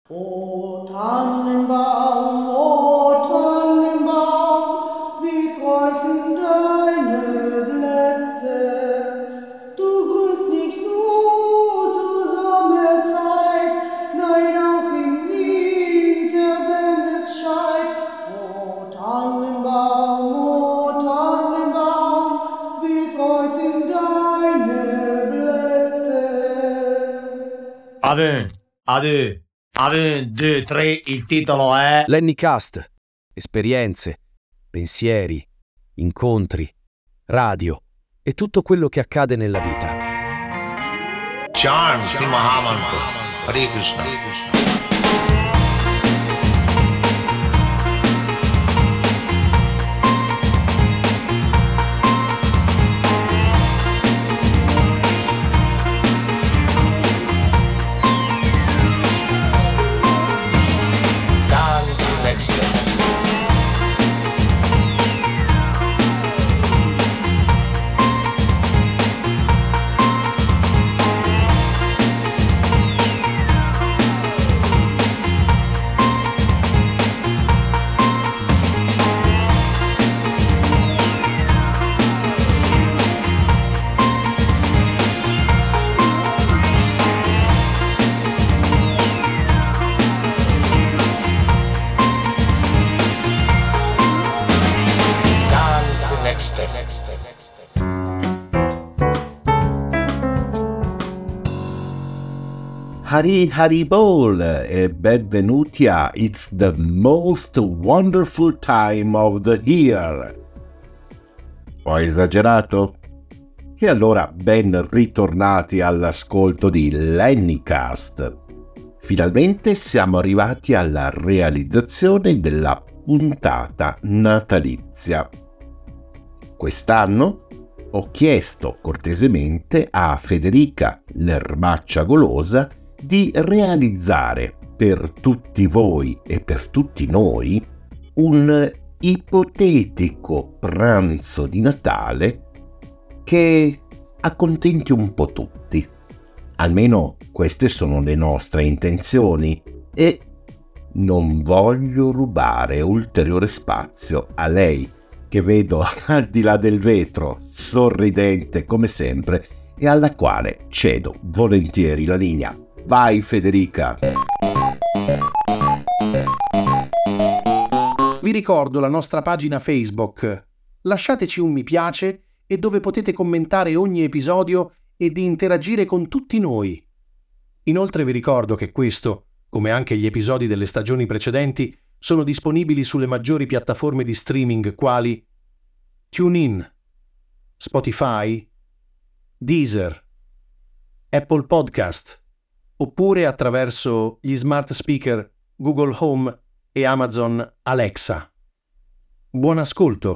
O Tannenbaum, wie treu sind deine Blätter. Du grünst nicht nur zur Sommerzeit, nein auch im Winter, wenn es scheit. O Tannenbaum, wie treu sind deine Blätter. Ave, 2, 3, il titolo è Lennycast, esperienze, pensieri, incontri, radio e tutto quello che accade nella vita. Chant il Mahamantra. Hare Krishna. Hari Hari Bol e benvenuti a It's the Most Wonderful Time of the Year. Ho esagerato? E allora ben ritornati all'ascolto di Lennycast. Finalmente siamo arrivati alla realizzazione della puntata natalizia. Quest'anno ho chiesto cortesemente a Federica l'erbaccia golosa di realizzare per tutti voi e per tutti noi un ipotetico pranzo di Natale che accontenti un po' tutti. Almeno queste sono le nostre intenzioni e non voglio rubare ulteriore spazio a lei, che vedo al di là del vetro, sorridente come sempre, e alla quale cedo volentieri la linea. Vai Federica! Vi ricordo la nostra pagina Facebook. Lasciateci un mi piace e dove potete commentare ogni episodio e di interagire con tutti noi. Inoltre vi ricordo che questo, come anche gli episodi delle stagioni precedenti, sono disponibili sulle maggiori piattaforme di streaming quali TuneIn, Spotify, Deezer, Apple Podcast, oppure attraverso gli smart speaker Google Home e Amazon Alexa. Buon ascolto!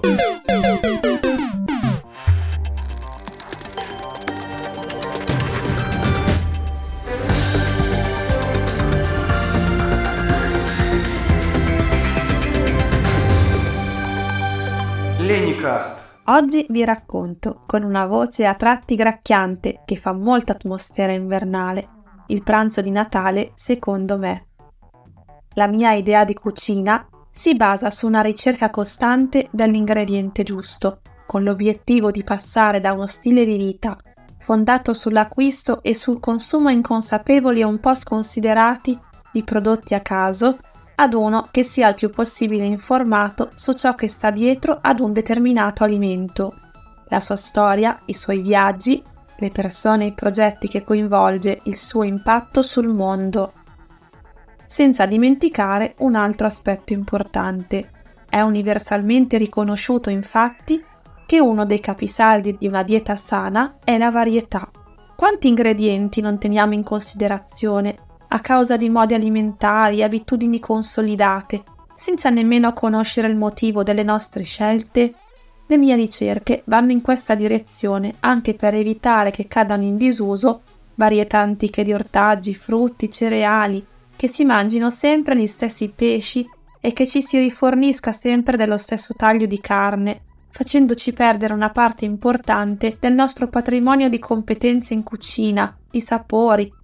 Lennycast. Oggi vi racconto, con una voce a tratti gracchiante che fa molta atmosfera invernale, il pranzo di Natale secondo me. La mia idea di cucina si basa su una ricerca costante dell'ingrediente giusto, con l'obiettivo di passare da uno stile di vita fondato sull'acquisto e sul consumo inconsapevoli e un po' sconsiderati di prodotti a caso ad uno che sia il più possibile informato su ciò che sta dietro ad un determinato alimento, la sua storia, i suoi viaggi, le persone e i progetti che coinvolge, il suo impatto sul mondo. Senza dimenticare un altro aspetto importante. È universalmente riconosciuto infatti che uno dei capisaldi di una dieta sana è la varietà. Quanti ingredienti non teniamo in considerazione a causa di modi alimentari e abitudini consolidate, senza nemmeno conoscere il motivo delle nostre scelte? Le mie ricerche vanno in questa direzione anche per evitare che cadano in disuso varietà antiche di ortaggi, frutti, cereali, che si mangino sempre gli stessi pesci e che ci si rifornisca sempre dello stesso taglio di carne, facendoci perdere una parte importante del nostro patrimonio di competenze in cucina, di sapori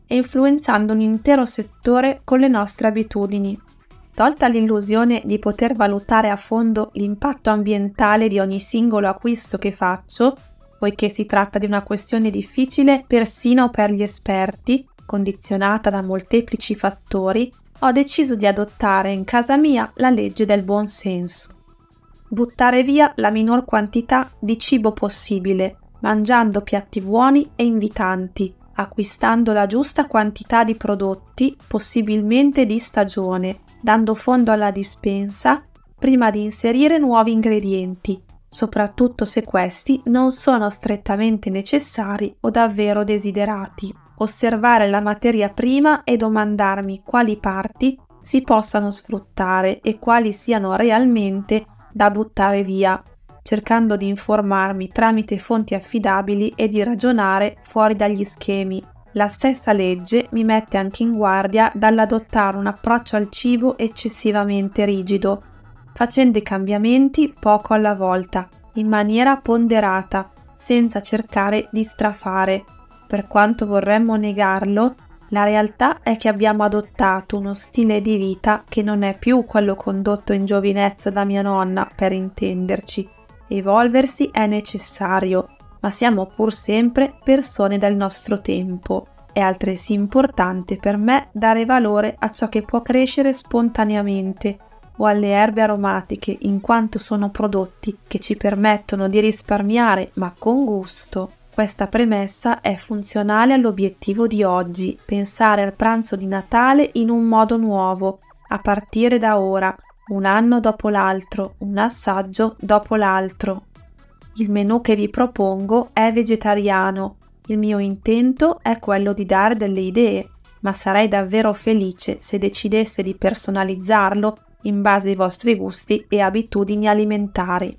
e influenzando un intero settore con le nostre abitudini. Tolta l'illusione di poter valutare a fondo l'impatto ambientale di ogni singolo acquisto che faccio, poiché si tratta di una questione difficile persino per gli esperti, condizionata da molteplici fattori, ho deciso di adottare in casa mia la legge del buon senso. Buttare via la minor quantità di cibo possibile, mangiando piatti buoni e invitanti, acquistando la giusta quantità di prodotti, possibilmente di stagione, dando fondo alla dispensa prima di inserire nuovi ingredienti, soprattutto se questi non sono strettamente necessari o davvero desiderati. Osservare la materia prima e domandarmi quali parti si possano sfruttare e quali siano realmente da buttare via, cercando di informarmi tramite fonti affidabili e di ragionare fuori dagli schemi. La stessa legge mi mette anche in guardia dall'adottare un approccio al cibo eccessivamente rigido, facendo i cambiamenti poco alla volta, in maniera ponderata, senza cercare di strafare. Per quanto vorremmo negarlo, la realtà è che abbiamo adottato uno stile di vita che non è più quello condotto in giovinezza da mia nonna, per intenderci. Evolversi è necessario, ma siamo pur sempre persone del nostro tempo. È altresì importante per me dare valore a ciò che può crescere spontaneamente o alle erbe aromatiche, in quanto sono prodotti che ci permettono di risparmiare, ma con gusto. Questa premessa è funzionale all'obiettivo di oggi, pensare al pranzo di Natale in un modo nuovo, a partire da ora, un anno dopo l'altro, un assaggio dopo l'altro. Il menù che vi propongo è vegetariano. Il mio intento è quello di dare delle idee, ma sarei davvero felice se decideste di personalizzarlo in base ai vostri gusti e abitudini alimentari.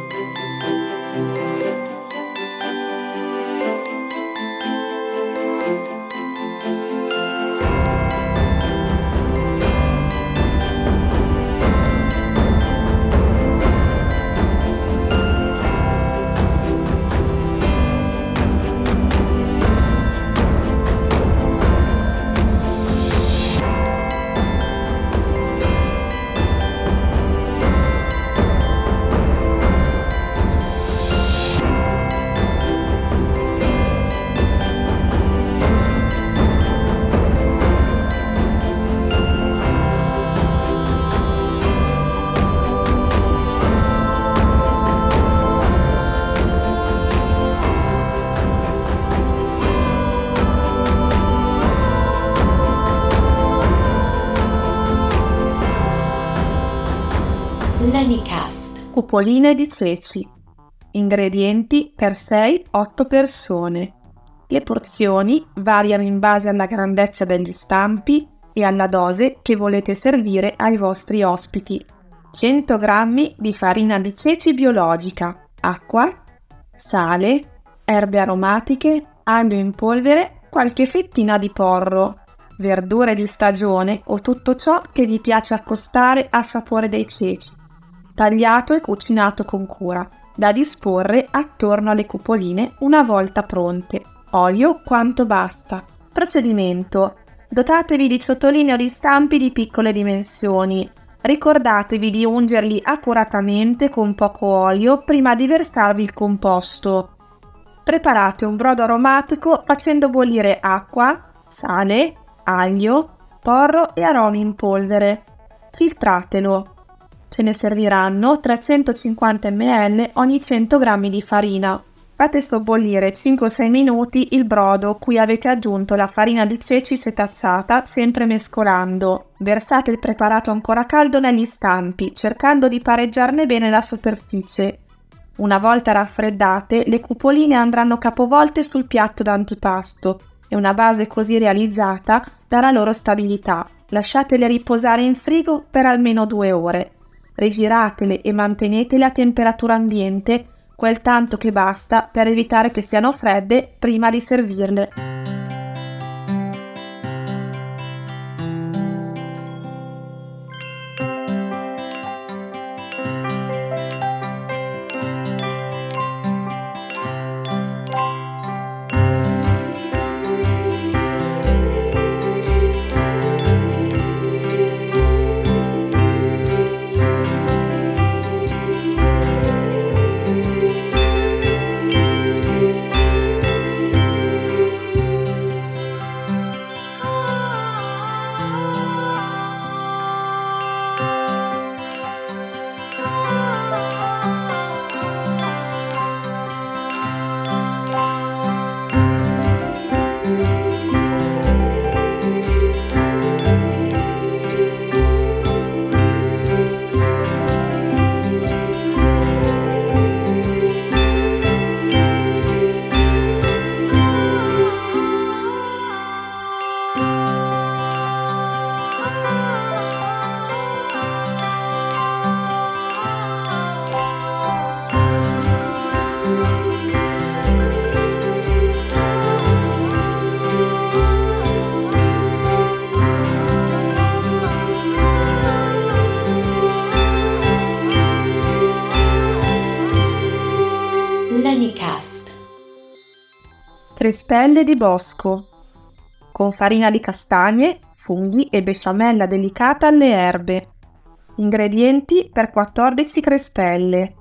Lenicast. Cupoline di ceci. Ingredienti per 6-8 persone. Le porzioni variano in base alla grandezza degli stampi e alla dose che volete servire ai vostri ospiti. 100 g di farina di ceci biologica, acqua, sale, erbe aromatiche, aglio in polvere, qualche fettina di porro, verdure di stagione o tutto ciò che vi piace accostare al sapore dei ceci, tagliato e cucinato con cura, da disporre attorno alle cupoline una volta pronte. Olio quanto basta. Procedimento: dotatevi di ciotoline o di stampi di piccole dimensioni. Ricordatevi di ungerli accuratamente con poco olio prima di versarvi il composto. Preparate un brodo aromatico facendo bollire acqua, sale, aglio, porro e aromi in polvere. Filtratelo. Ce ne serviranno 350 ml ogni 100 g di farina. Fate sobbollire 5-6 minuti il brodo cui avete aggiunto la farina di ceci setacciata, sempre mescolando. Versate il preparato ancora caldo negli stampi, cercando di pareggiarne bene la superficie. Una volta raffreddate, le cupoline andranno capovolte sul piatto d'antipasto e una base così realizzata darà loro stabilità. Lasciatele riposare in frigo per almeno 2 ore. Rigiratele e mantenetele a temperatura ambiente quel tanto che basta per evitare che siano fredde prima di servirle. Crespelle di bosco. Con farina di castagne, funghi e besciamella delicata alle erbe. Ingredienti per 14 crespelle: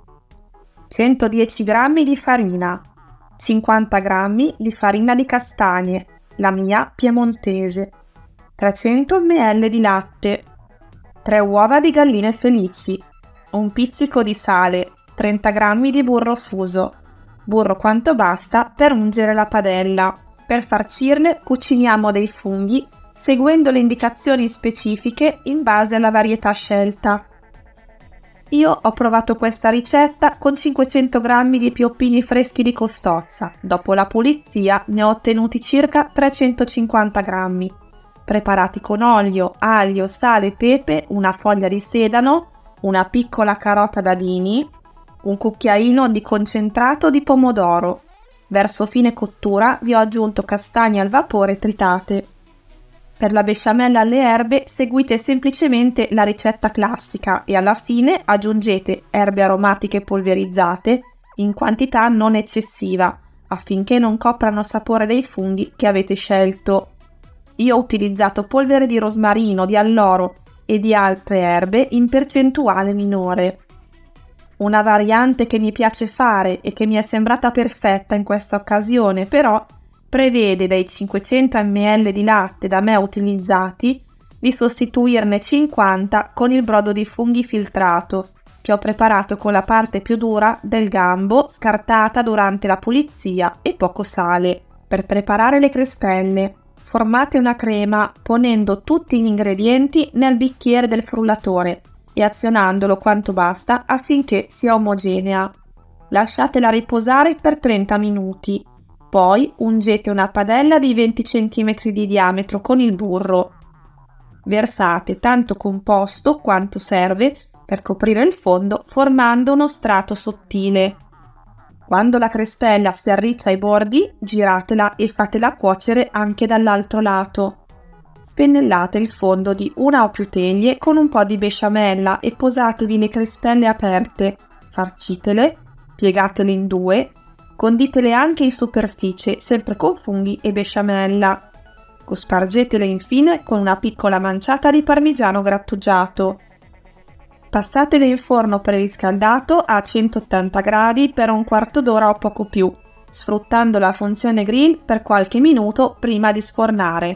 110 g di farina, 50 g di farina di castagne, la mia piemontese, 300 ml di latte, 3 uova di galline felici, un pizzico di sale, 30 g di burro fuso, burro quanto basta per ungere la padella. Per farcirle cuciniamo dei funghi seguendo le indicazioni specifiche in base alla varietà scelta. Io ho provato questa ricetta con 500 g di pioppini freschi di costozza. Dopo la pulizia ne ho ottenuti circa 350 g, preparati con olio, aglio, sale, pepe, una foglia di sedano, una piccola carota dadini, un cucchiaino di concentrato di pomodoro. Verso fine cottura vi ho aggiunto castagne al vapore tritate. Per la besciamella alle erbe seguite semplicemente la ricetta classica e alla fine aggiungete erbe aromatiche polverizzate in quantità non eccessiva affinché non coprano sapore dei funghi che avete scelto. Io ho utilizzato polvere di rosmarino, di alloro e di altre erbe in percentuale minore. Una variante che mi piace fare e che mi è sembrata perfetta in questa occasione, però, prevede dai 500 ml di latte da me utilizzati di sostituirne 50 con il brodo di funghi filtrato, che ho preparato con la parte più dura del gambo scartata durante la pulizia e poco sale. Per preparare le crespelle, formate una crema ponendo tutti gli ingredienti nel bicchiere del frullatore e azionandolo quanto basta affinché sia omogenea. Lasciatela riposare per 30 minuti. Poi ungete una padella di 20 cm di diametro con il burro. Versate tanto composto quanto serve per coprire il fondo formando uno strato sottile. Quando la crespella si arriccia ai bordi, giratela e fatela cuocere anche dall'altro lato. Spennellate il fondo di una o più teglie con un po' di besciamella e posatevi le crespelle aperte, farcitele, piegatele in due, conditele anche in superficie, sempre con funghi e besciamella. Cospargetele infine con una piccola manciata di parmigiano grattugiato. Passatele in forno preriscaldato a 180 gradi per un quarto d'ora o poco più, sfruttando la funzione grill per qualche minuto prima di sfornare.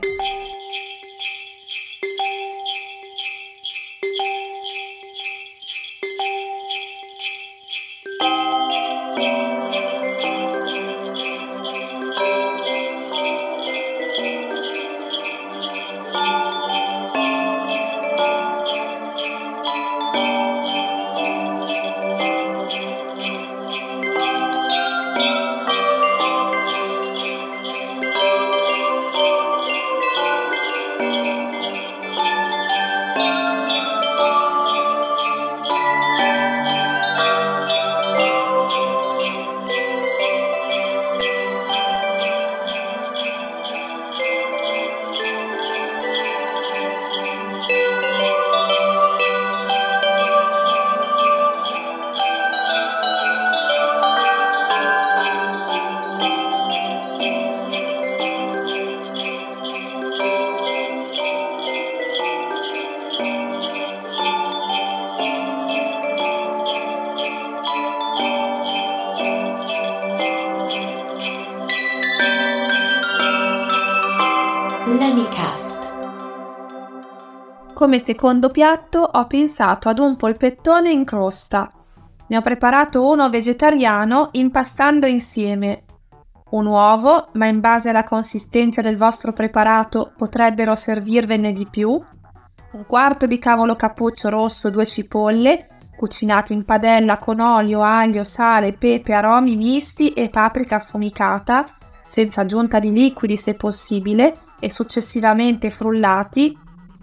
Come secondo piatto ho pensato ad un polpettone in crosta. Ne ho preparato uno vegetariano impastando insieme un uovo, ma in base alla consistenza del vostro preparato potrebbero servirvene di più, un quarto di cavolo cappuccio rosso, 2 cipolle, cucinate in padella con olio, aglio, sale, pepe, aromi misti e paprika affumicata, senza aggiunta di liquidi se possibile, e successivamente frullati,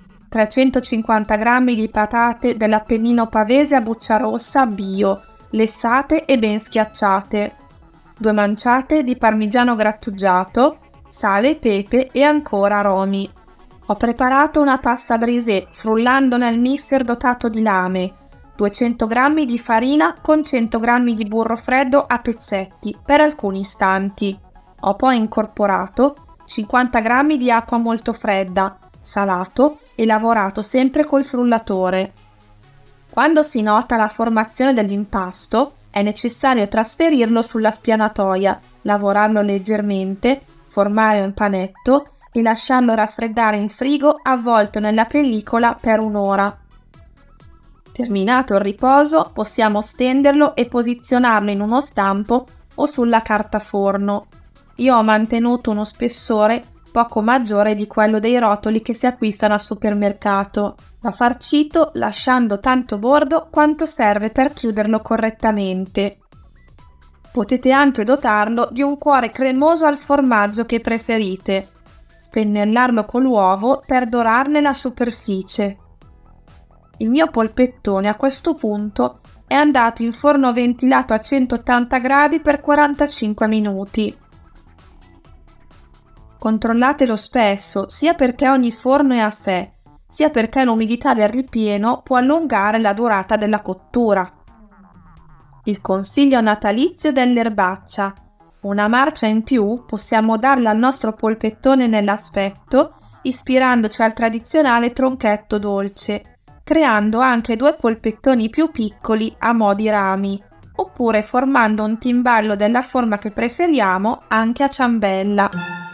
350 g di patate dell'Appennino pavese a buccia rossa bio, lessate e ben schiacciate, 2 manciate di parmigiano grattugiato, sale, pepe e ancora aromi. Ho preparato una pasta brisée frullando nel mixer dotato di lame, 200 g di farina con 100 g di burro freddo a pezzetti per alcuni istanti. Ho poi incorporato 50 g di acqua molto fredda, salato e lavorato sempre col frullatore. Quando si nota la formazione dell'impasto, è necessario trasferirlo sulla spianatoia, lavorarlo leggermente, formare un panetto e lasciarlo raffreddare in frigo avvolto nella pellicola per un'ora. Terminato il riposo, possiamo stenderlo e posizionarlo in uno stampo o sulla carta forno. Io ho mantenuto uno spessore poco maggiore di quello dei rotoli che si acquistano al supermercato. Va farcito lasciando tanto bordo quanto serve per chiuderlo correttamente. Potete anche dotarlo di un cuore cremoso al formaggio che preferite. Spennellarlo con l'uovo per dorarne la superficie. Il mio polpettone a questo punto è andato in forno ventilato a 180 gradi per 45 minuti. Controllatelo spesso, sia perché ogni forno è a sé, sia perché l'umidità del ripieno può allungare la durata della cottura. Il consiglio natalizio dell'erbaccia. Una marcia in più possiamo darla al nostro polpettone nell'aspetto, ispirandoci al tradizionale tronchetto dolce, creando anche 2 polpettoni più piccoli a mo' di rami, oppure formando un timballo della forma che preferiamo anche a ciambella.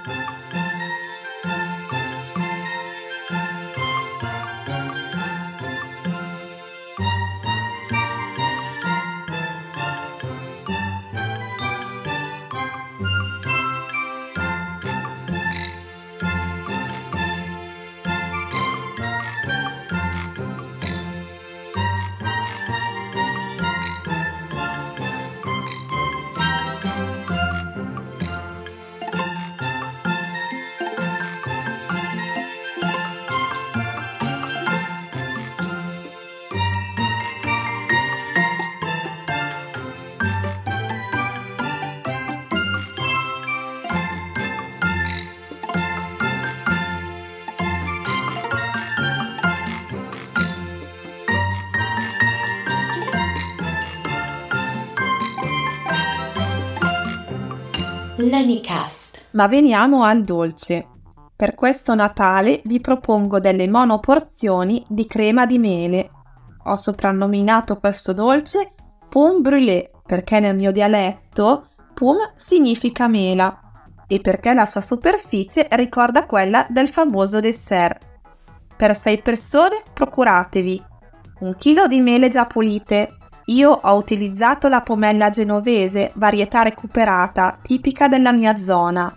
L'Anycast. Ma veniamo al dolce. Per questo Natale vi propongo delle monoporzioni di crema di mele. Ho soprannominato questo dolce Pomme Brûlée perché nel mio dialetto pomme significa mela e perché la sua superficie ricorda quella del famoso dessert. Per 6 persone procuratevi 1 chilo di mele già pulite. Io ho utilizzato la pomella genovese, varietà recuperata, tipica della mia zona.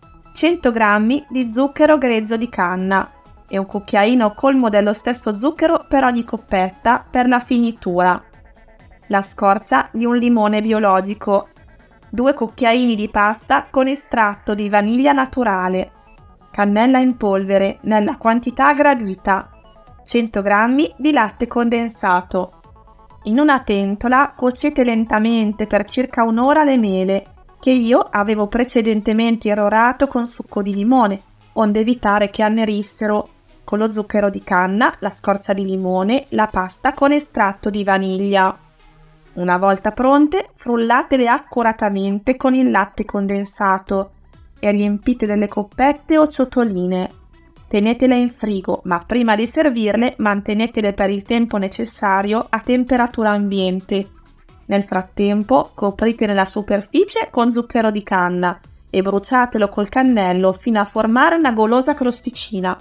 100 g di zucchero grezzo di canna e un cucchiaino colmo dello stesso zucchero per ogni coppetta per la finitura. La scorza di un limone biologico. 2 cucchiaini di pasta con estratto di vaniglia naturale. Cannella in polvere nella quantità gradita. 100 g di latte condensato. In una pentola cuocete lentamente per circa un'ora le mele, che io avevo precedentemente irrorato con succo di limone, onde evitare che annerissero, con lo zucchero di canna, la scorza di limone, la pasta con estratto di vaniglia. Una volta pronte, frullatele accuratamente con il latte condensato e riempite delle coppette o ciotoline. Tenetele in frigo, ma prima di servirle mantenetele per il tempo necessario a temperatura ambiente. Nel frattempo copritene la superficie con zucchero di canna e bruciatelo col cannello fino a formare una golosa crosticina.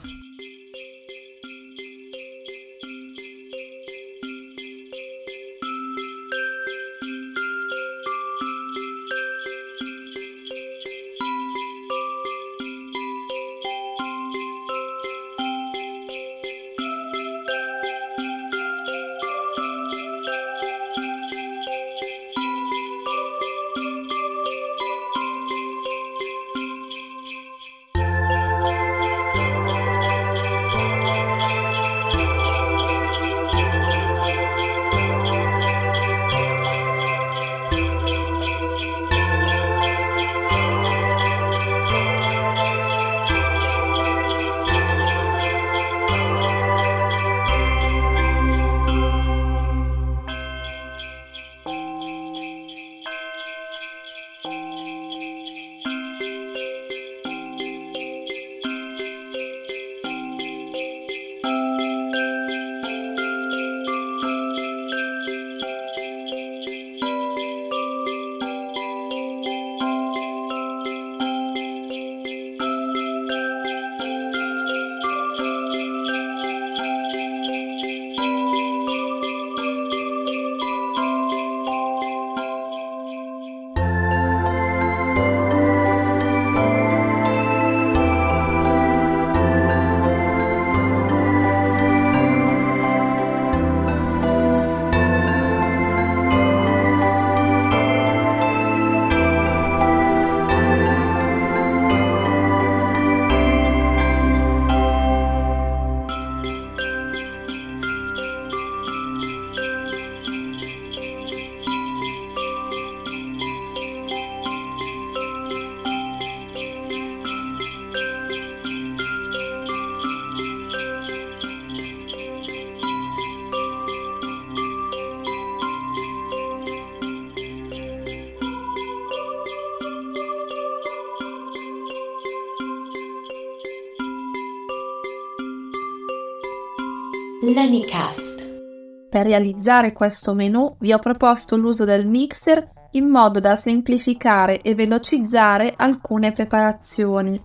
L'Anycast. Per realizzare questo menù vi ho proposto l'uso del mixer in modo da semplificare e velocizzare alcune preparazioni.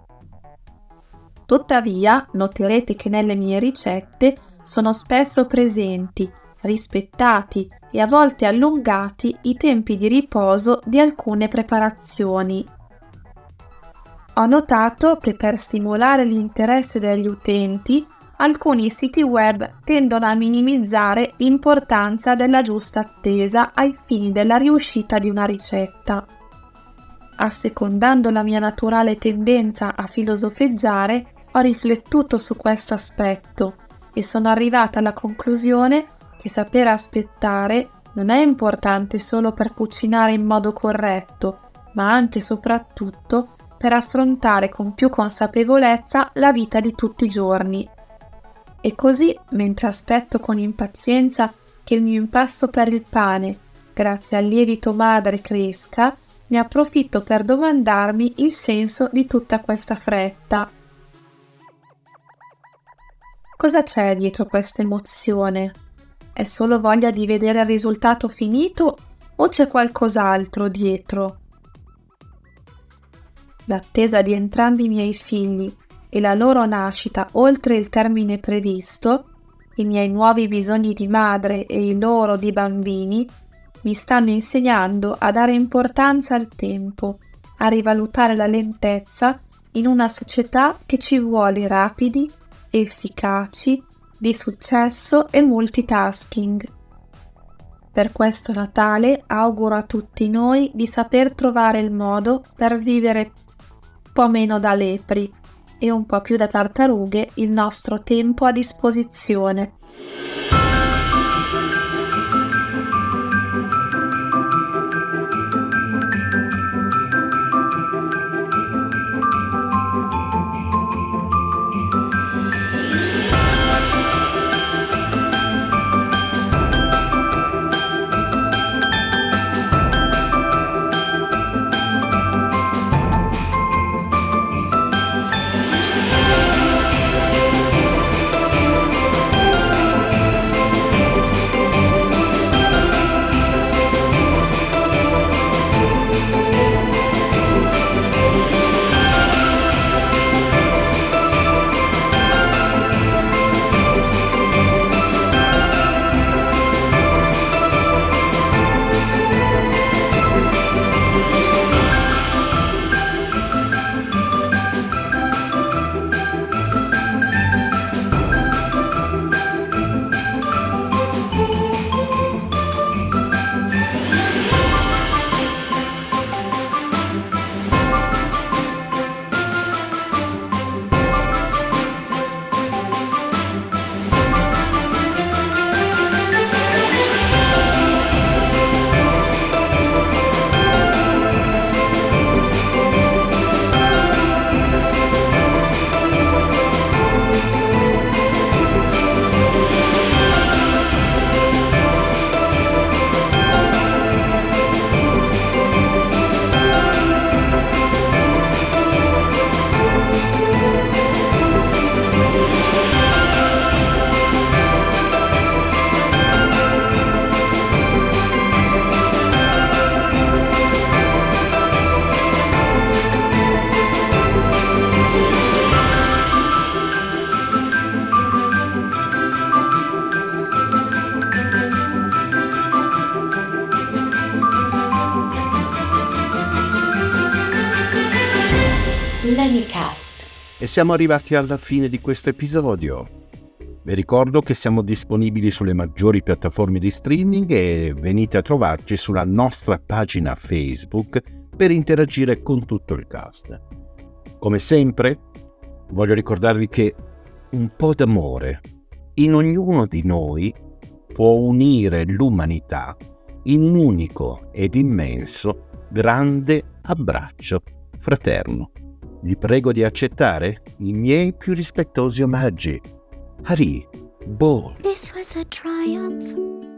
Tuttavia, noterete che nelle mie ricette sono spesso presenti, rispettati e a volte allungati i tempi di riposo di alcune preparazioni. Ho notato che per stimolare l'interesse degli utenti, alcuni siti web tendono a minimizzare l'importanza della giusta attesa ai fini della riuscita di una ricetta. Assecondando la mia naturale tendenza a filosofeggiare, ho riflettuto su questo aspetto e sono arrivata alla conclusione che saper aspettare non è importante solo per cucinare in modo corretto, ma anche e soprattutto per affrontare con più consapevolezza la vita di tutti i giorni. E così, mentre aspetto con impazienza che il mio impasto per il pane, grazie al lievito madre, cresca, ne approfitto per domandarmi il senso di tutta questa fretta. Cosa c'è dietro questa emozione? È solo voglia di vedere il risultato finito o c'è qualcos'altro dietro? L'attesa di entrambi i miei figli e la loro nascita oltre il termine previsto, i miei nuovi bisogni di madre e i loro di bambini, mi stanno insegnando a dare importanza al tempo, a rivalutare la lentezza in una società che ci vuole rapidi, efficaci, di successo e multitasking. Per questo Natale auguro a tutti noi di saper trovare il modo per vivere un po' meno da lepri e un po' più da tartarughe il nostro tempo a disposizione. L'Anycast. E siamo arrivati alla fine di questo episodio. Vi ricordo che siamo disponibili sulle maggiori piattaforme di streaming e venite a trovarci sulla nostra pagina Facebook per interagire con tutto il cast. Come sempre, voglio ricordarvi che un po' d'amore in ognuno di noi può unire l'umanità in un unico ed immenso grande abbraccio fraterno. Vi prego di accettare i miei più rispettosi omaggi. Hari Bol. This was a triumph.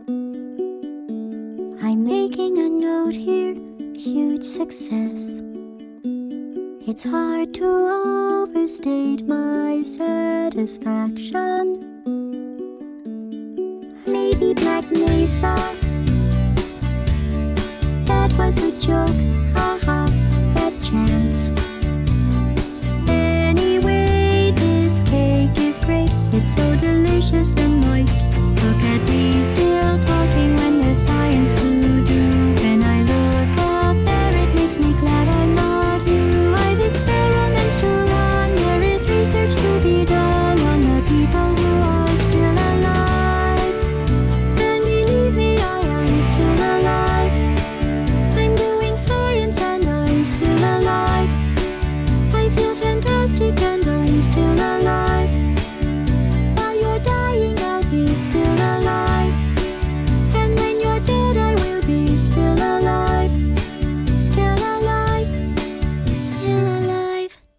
I'm making a note here, huge success. It's hard to overstate my satisfaction Pete McNesa. That was a joke, haha, that chance.